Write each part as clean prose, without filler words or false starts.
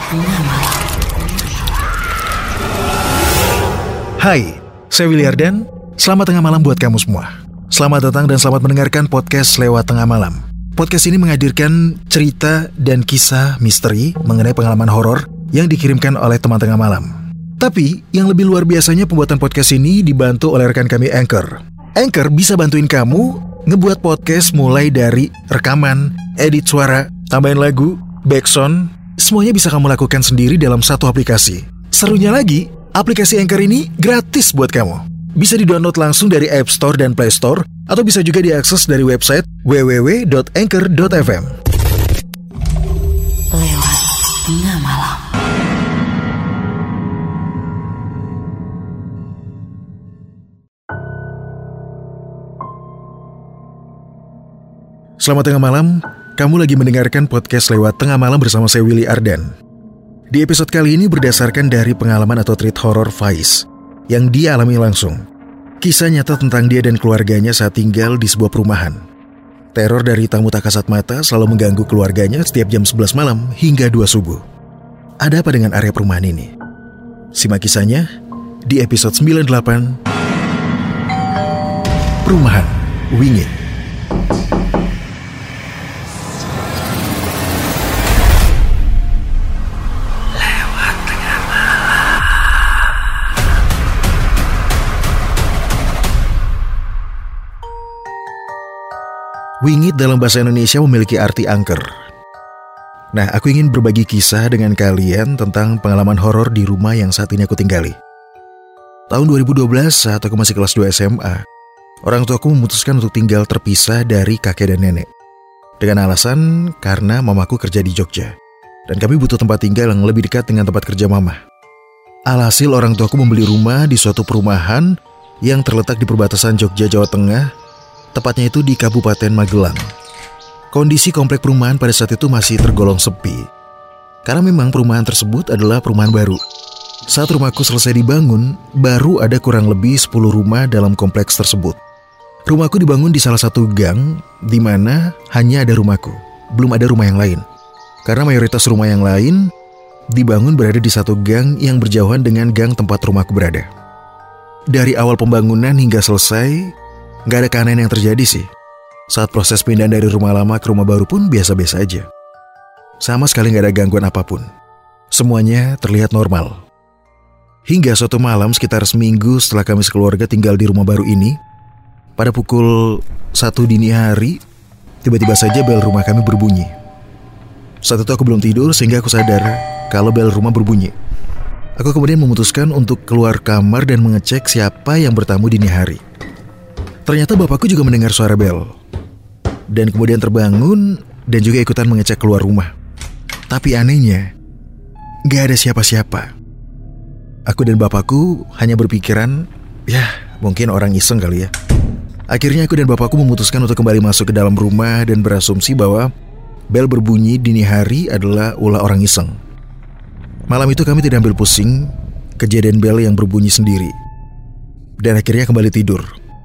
Tengah Malam. Hai, saya Willy Ardan. Selamat tengah malam buat kamu semua. Selamat datang dan selamat mendengarkan podcast Lewat Tengah Malam. Podcast ini menghadirkan cerita dan kisah misteri mengenai pengalaman horor yang dikirimkan oleh teman tengah malam. Tapi yang lebih luar biasanya, pembuatan podcast ini dibantu oleh rekan kami Anchor. Anchor bisa bantuin kamu ngebuat podcast mulai dari rekaman, edit suara, tambahin lagu, backsound. Semuanya bisa kamu lakukan sendiri dalam satu aplikasi. Serunya lagi, aplikasi Anchor ini gratis buat kamu. Bisa di-download langsung dari App Store dan Play Store, atau bisa juga diakses dari website www.anchor.fm. Lewat Tengah Malam. Selamat tengah malam. Kamu lagi mendengarkan podcast Lewat Tengah Malam bersama saya Willy Ardan. Di episode kali ini berdasarkan dari pengalaman atau treat horror Faiz yang dia alami langsung. Kisah nyata tentang dia dan keluarganya saat tinggal di sebuah perumahan. Teror dari tamu tak kasat mata selalu mengganggu keluarganya setiap jam 11 malam hingga 2 subuh. Ada apa dengan area perumahan ini? Simak kisahnya di episode 98 Perumahan Wingit. Wingit dalam bahasa Indonesia memiliki arti angker. Nah, aku ingin berbagi kisah dengan kalian tentang pengalaman horor di rumah yang saat ini aku tinggali. Tahun 2012 saat aku masih kelas 2 SMA, orang tuaku memutuskan untuk tinggal terpisah dari kakek dan nenek. Dengan alasan karena mamaku kerja di Jogja, dan kami butuh tempat tinggal yang lebih dekat dengan tempat kerja mama. Alhasil orang tuaku membeli rumah di suatu perumahan yang terletak di perbatasan Jogja, Jawa Tengah, tepatnya itu di Kabupaten Magelang. Kondisi komplek perumahan pada saat itu masih tergolong sepi, karena memang perumahan tersebut adalah perumahan baru. Saat rumahku selesai dibangun, baru ada kurang lebih 10 rumah dalam kompleks tersebut. Rumahku dibangun di salah satu gang, di mana hanya ada rumahku, belum ada rumah yang lain. Karena mayoritas rumah yang lain dibangun berada di satu gang yang berjauhan dengan gang tempat rumahku berada. Dari awal pembangunan hingga selesai, gak ada keanehan yang terjadi sih. Saat proses pindahan dari rumah lama ke rumah baru pun biasa-biasa aja. Sama sekali gak ada gangguan apapun. Semuanya terlihat normal. Hingga suatu malam sekitar seminggu setelah kami sekeluarga tinggal di rumah baru ini, pada pukul 1 dini hari, tiba-tiba saja bel rumah kami berbunyi. Saat itu aku belum tidur sehingga aku sadar kalau bel rumah berbunyi. Aku kemudian memutuskan untuk keluar kamar dan mengecek siapa yang bertamu dini hari. Ternyata bapakku juga mendengar suara bel, dan kemudian terbangun dan juga ikutan mengecek keluar rumah. Tapi anehnya, gak ada siapa-siapa. Aku dan bapakku hanya berpikiran, ya mungkin orang iseng kali ya. Akhirnya aku dan bapakku memutuskan untuk kembali masuk ke dalam rumah dan berasumsi bahwa bel berbunyi dini hari adalah ulah orang iseng. Malam itu kami tidak ambil pusing kejadian bel yang berbunyi sendiri, dan akhirnya kembali tidur.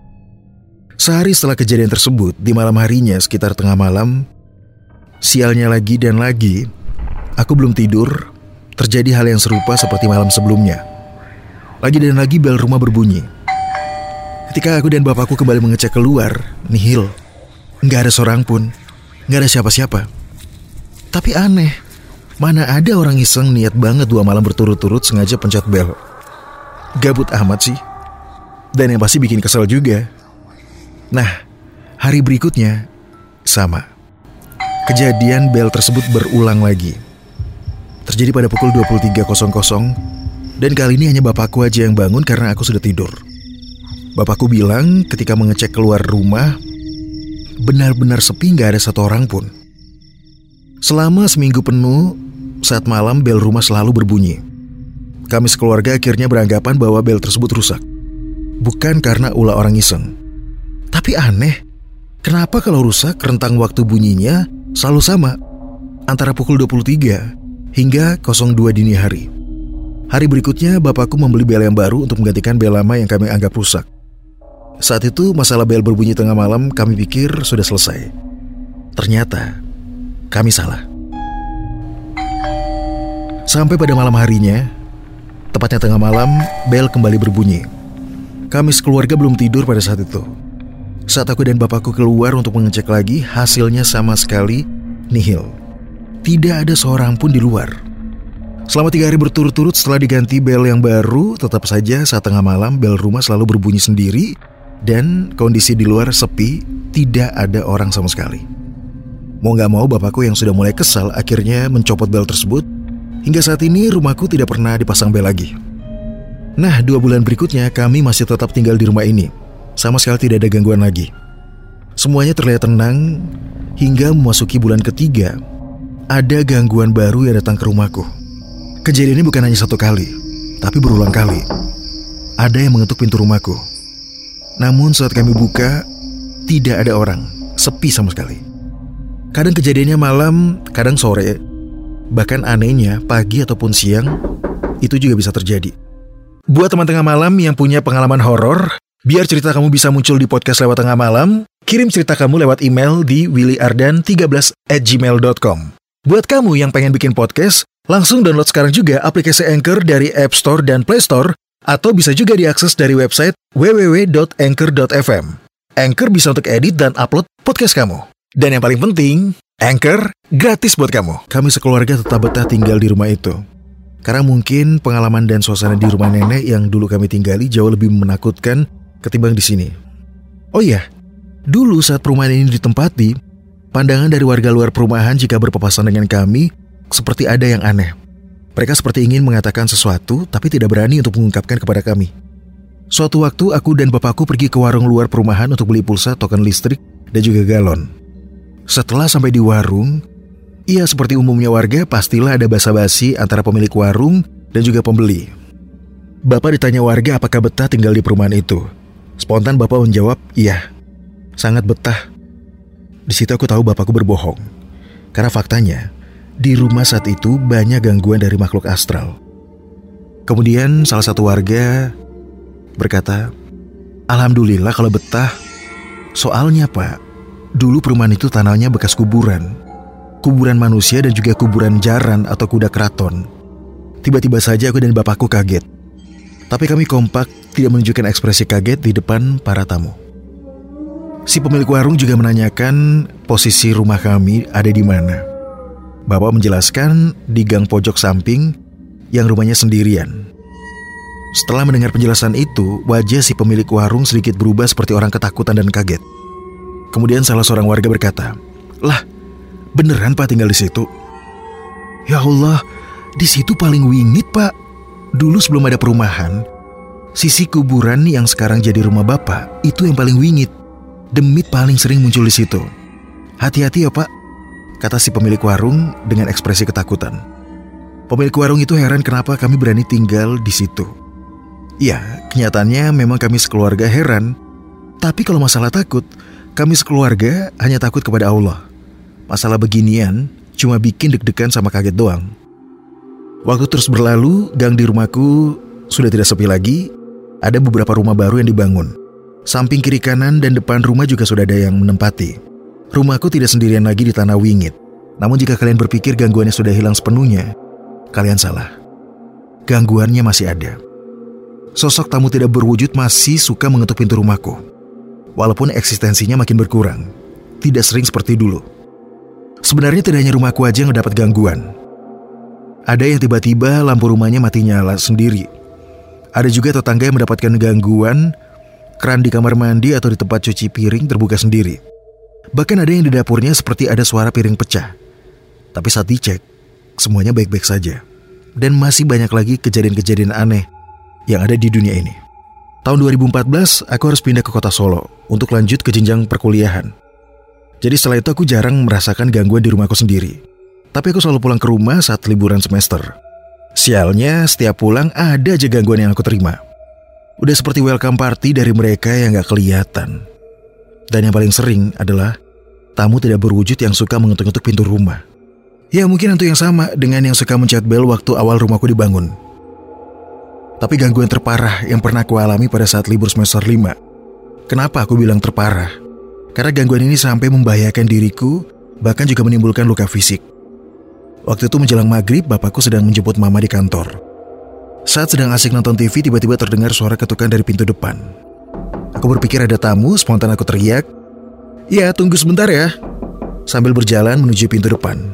Sehari setelah kejadian tersebut, di malam harinya sekitar tengah malam, sialnya lagi dan lagi, aku belum tidur, terjadi hal yang serupa seperti malam sebelumnya. Lagi dan lagi bel rumah berbunyi. Ketika aku dan bapakku kembali mengecek keluar, nihil. Nggak ada seorang pun, nggak ada siapa-siapa. Tapi aneh, mana ada orang iseng niat banget 2 malam berturut-turut sengaja pencet bel. Gabut amat sih. Dan yang pasti bikin kesel juga. Nah, hari berikutnya sama. Kejadian bel tersebut berulang lagi. Terjadi pada pukul 23.00, dan kali ini hanya bapakku aja yang bangun karena aku sudah tidur. Bapakku bilang ketika mengecek keluar rumah, benar-benar sepi, gak ada satu orang pun. Selama seminggu penuh, saat malam bel rumah selalu berbunyi. Kami sekeluarga akhirnya beranggapan bahwa bel tersebut rusak, bukan karena ulah orang iseng. Tapi aneh, kenapa kalau rusak rentang waktu bunyinya selalu sama, antara pukul 23 hingga 02 dini hari. Hari berikutnya bapakku membeli bel yang baru untuk menggantikan bel lama yang kami anggap rusak. Saat itu masalah bel berbunyi tengah malam kami pikir sudah selesai. Ternyata kami salah. Sampai pada malam harinya, tepatnya tengah malam, bel kembali berbunyi. Kami sekeluarga belum tidur pada saat itu. Saat aku dan bapakku keluar untuk mengecek lagi, hasilnya sama sekali nihil. Tidak ada seorang pun di luar. Selama 3 hari berturut-turut setelah diganti bel yang baru, tetap saja saat tengah malam bel rumah selalu berbunyi sendiri dan kondisi di luar sepi, tidak ada orang sama sekali. Mau gak mau bapakku yang sudah mulai kesal akhirnya mencopot bel tersebut. Hingga saat ini rumahku tidak pernah dipasang bel lagi. Nah, 2 bulan berikutnya kami masih tetap tinggal di rumah ini. Sama sekali tidak ada gangguan lagi. Semuanya terlihat tenang hingga memasuki bulan ketiga. Ada gangguan baru yang datang ke rumahku. Kejadian ini bukan hanya 1 kali, tapi berulang kali. Ada yang mengetuk pintu rumahku. Namun saat kami buka, tidak ada orang, sepi sama sekali. Kadang kejadiannya malam, kadang sore. Bahkan anehnya pagi ataupun siang, itu juga bisa terjadi. Buat teman tengah malam yang punya pengalaman horor, biar cerita kamu bisa muncul di podcast lewat tengah malam, kirim cerita kamu lewat email di willyardan13@gmail.com. Buat kamu yang pengen bikin podcast, langsung download sekarang juga aplikasi Anchor dari App Store dan Play Store, atau bisa juga diakses dari website www.anchor.fm. Anchor bisa untuk edit dan upload podcast kamu. Dan yang paling penting, Anchor gratis buat kamu. Kami sekeluarga tetap betah tinggal di rumah itu. Karena mungkin pengalaman dan suasana di rumah nenek yang dulu kami tinggali jauh lebih menakutkan ketimbang di sini. Oh iya, dulu saat perumahan ini ditempati, pandangan dari warga luar perumahan jika berpapasan dengan kami seperti ada yang aneh. Mereka seperti ingin mengatakan sesuatu tapi tidak berani untuk mengungkapkan kepada kami. Suatu waktu aku dan bapakku pergi ke warung luar perumahan untuk beli pulsa, token listrik, dan juga galon. Setelah sampai di warung, ya seperti umumnya warga pastilah ada basa-basi antara pemilik warung dan juga pembeli. Bapak ditanya warga apakah betah tinggal di perumahan itu. Spontan bapak menjawab, iya, sangat betah. Di situ aku tahu bapakku berbohong. Karena faktanya, di rumah saat itu banyak gangguan dari makhluk astral. Kemudian salah satu warga berkata, alhamdulillah kalau betah. Soalnya Pak, dulu perumahan itu tanahnya bekas kuburan. Kuburan manusia dan juga kuburan jaran atau kuda keraton. Tiba-tiba saja aku dan bapakku kaget. Tapi kami kompak tidak menunjukkan ekspresi kaget di depan para tamu. Si pemilik warung juga menanyakan posisi rumah kami ada di mana. Bapak menjelaskan di gang pojok samping yang rumahnya sendirian. Setelah mendengar penjelasan itu, wajah si pemilik warung sedikit berubah seperti orang ketakutan dan kaget. Kemudian salah seorang warga berkata, lah, beneran Pak tinggal di situ? Ya Allah, di situ paling wingit Pak. Dulu sebelum ada perumahan, sisi kuburan yang sekarang jadi rumah Bapak itu yang paling wingit. Demit paling sering muncul di situ. Hati-hati ya Pak, kata si pemilik warung dengan ekspresi ketakutan. Pemilik warung itu heran kenapa kami berani tinggal di situ. Ya, kenyataannya memang kami sekeluarga heran. Tapi kalau masalah takut, kami sekeluarga hanya takut kepada Allah. Masalah beginian cuma bikin deg-degan sama kaget doang. Waktu terus berlalu, gang di rumahku sudah tidak sepi lagi. Ada beberapa rumah baru yang dibangun. Samping kiri kanan dan depan rumah juga sudah ada yang menempati. Rumahku tidak sendirian lagi di tanah wingit. Namun jika kalian berpikir gangguannya sudah hilang sepenuhnya, kalian salah. Gangguannya masih ada. Sosok tamu tidak berwujud masih suka mengetuk pintu rumahku. Walaupun eksistensinya makin berkurang, tidak sering seperti dulu. Sebenarnya tidak hanya rumahku aja yang dapat gangguan. Ada yang tiba-tiba lampu rumahnya mati nyala sendiri. Ada juga tetangga yang mendapatkan gangguan. Keran di kamar mandi atau di tempat cuci piring terbuka sendiri. Bahkan ada yang di dapurnya seperti ada suara piring pecah. Tapi saat dicek, semuanya baik-baik saja. Dan masih banyak lagi kejadian-kejadian aneh yang ada di dunia ini. Tahun 2014, aku harus pindah ke kota Solo untuk lanjut ke jenjang perkuliahan. Jadi setelah itu aku jarang merasakan gangguan di rumahku sendiri. Tapi aku selalu pulang ke rumah saat liburan semester. Sialnya, setiap pulang ada aja gangguan yang aku terima. Udah seperti welcome party dari mereka yang gak kelihatan. Dan yang paling sering adalah tamu tidak berwujud yang suka mengetuk-ngetuk pintu rumah. Ya mungkin hantu yang sama dengan yang suka mencet bel waktu awal rumahku dibangun. Tapi gangguan terparah yang pernah aku alami pada saat libur semester 5. Kenapa aku bilang terparah? Karena gangguan ini sampai membahayakan diriku, bahkan juga menimbulkan luka fisik. Waktu itu menjelang maghrib, bapakku sedang menjemput mama di kantor. Saat sedang asik nonton TV, tiba-tiba terdengar suara ketukan dari pintu depan. Aku berpikir ada tamu, spontan aku teriak, "Ya, tunggu sebentar ya," sambil berjalan menuju pintu depan.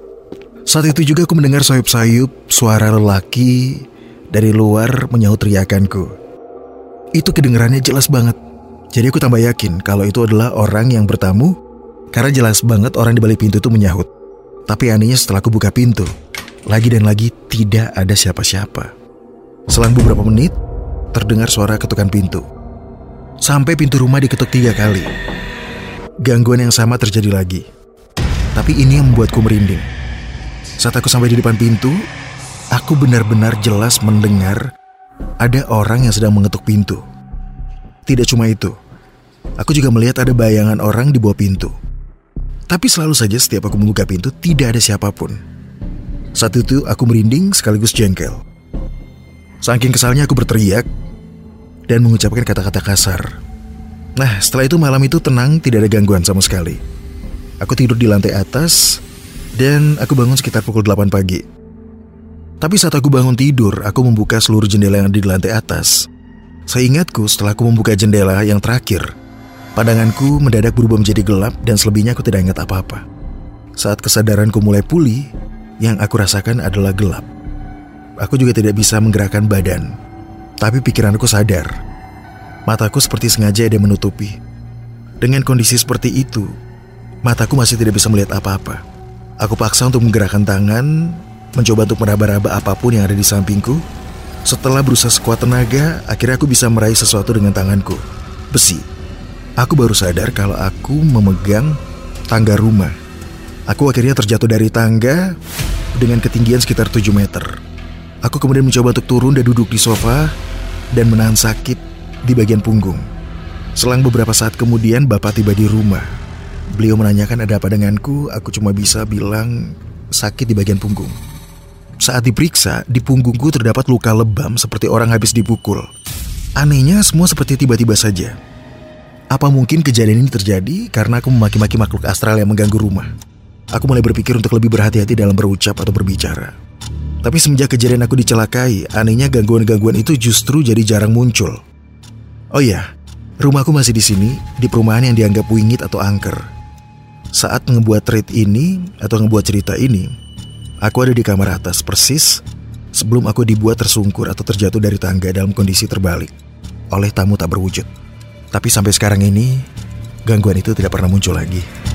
Saat itu juga aku mendengar sayup-sayup suara lelaki dari luar menyahut teriakanku. Itu kedengarannya jelas banget. Jadi aku tambah yakin kalau itu adalah orang yang bertamu, karena jelas banget orang di balik pintu itu menyahut. Tapi anehnya setelah aku buka pintu, lagi dan lagi tidak ada siapa-siapa. Selang beberapa menit, terdengar suara ketukan pintu. Sampai pintu rumah diketuk 3 kali. Gangguan yang sama terjadi lagi. Tapi ini yang membuatku merinding. Saat aku sampai di depan pintu, aku benar-benar jelas mendengar ada orang yang sedang mengetuk pintu. Tidak cuma itu, aku juga melihat ada bayangan orang di bawah pintu. Tapi selalu saja setiap aku membuka pintu, tidak ada siapapun. Saat itu aku merinding sekaligus jengkel. Saking kesalnya aku berteriak dan mengucapkan kata-kata kasar. Nah, setelah itu malam itu tenang, tidak ada gangguan sama sekali. Aku tidur di lantai atas dan aku bangun sekitar pukul 8 pagi. Tapi saat aku bangun tidur, aku membuka seluruh jendela yang ada di lantai atas. Seingatku, setelah aku membuka jendela yang terakhir, pandanganku mendadak berubah menjadi gelap dan selebihnya aku tidak ingat apa-apa. Saat kesadaranku mulai pulih, yang aku rasakan adalah gelap. Aku juga tidak bisa menggerakkan badan, tapi pikiranku sadar. Mataku seperti sengaja ada menutupi. Dengan kondisi seperti itu, mataku masih tidak bisa melihat apa-apa. Aku paksa untuk menggerakkan tangan, mencoba untuk meraba-raba apapun yang ada di sampingku. Setelah berusaha sekuat tenaga, akhirnya aku bisa meraih sesuatu dengan tanganku. Besi. Aku baru sadar kalau aku memegang tangga rumah. Aku akhirnya terjatuh dari tangga dengan ketinggian sekitar 7 meter. Aku kemudian mencoba untuk turun dan duduk di sofa dan menahan sakit di bagian punggung. Selang beberapa saat kemudian, bapak tiba di rumah. Beliau menanyakan ada apa denganku. Aku cuma bisa bilang sakit di bagian punggung. Saat diperiksa, di punggungku terdapat luka lebam seperti orang habis dipukul. Anehnya semua seperti tiba-tiba saja. Apa mungkin kejadian ini terjadi karena aku memaki-maki makhluk astral yang mengganggu rumah? Aku mulai berpikir untuk lebih berhati-hati dalam berucap atau berbicara. Tapi semenjak kejadian aku dicelakai, anehnya gangguan-gangguan itu justru jadi jarang muncul. Oh iya, rumahku masih di sini, di perumahan yang dianggap wingit atau angker. Saat ngebuat thread ini atau ngebuat cerita ini, aku ada di kamar atas persis sebelum aku dibuat tersungkur atau terjatuh dari tangga dalam kondisi terbalik oleh tamu tak berwujud. Tapi sampai sekarang ini, gangguan itu tidak pernah muncul lagi.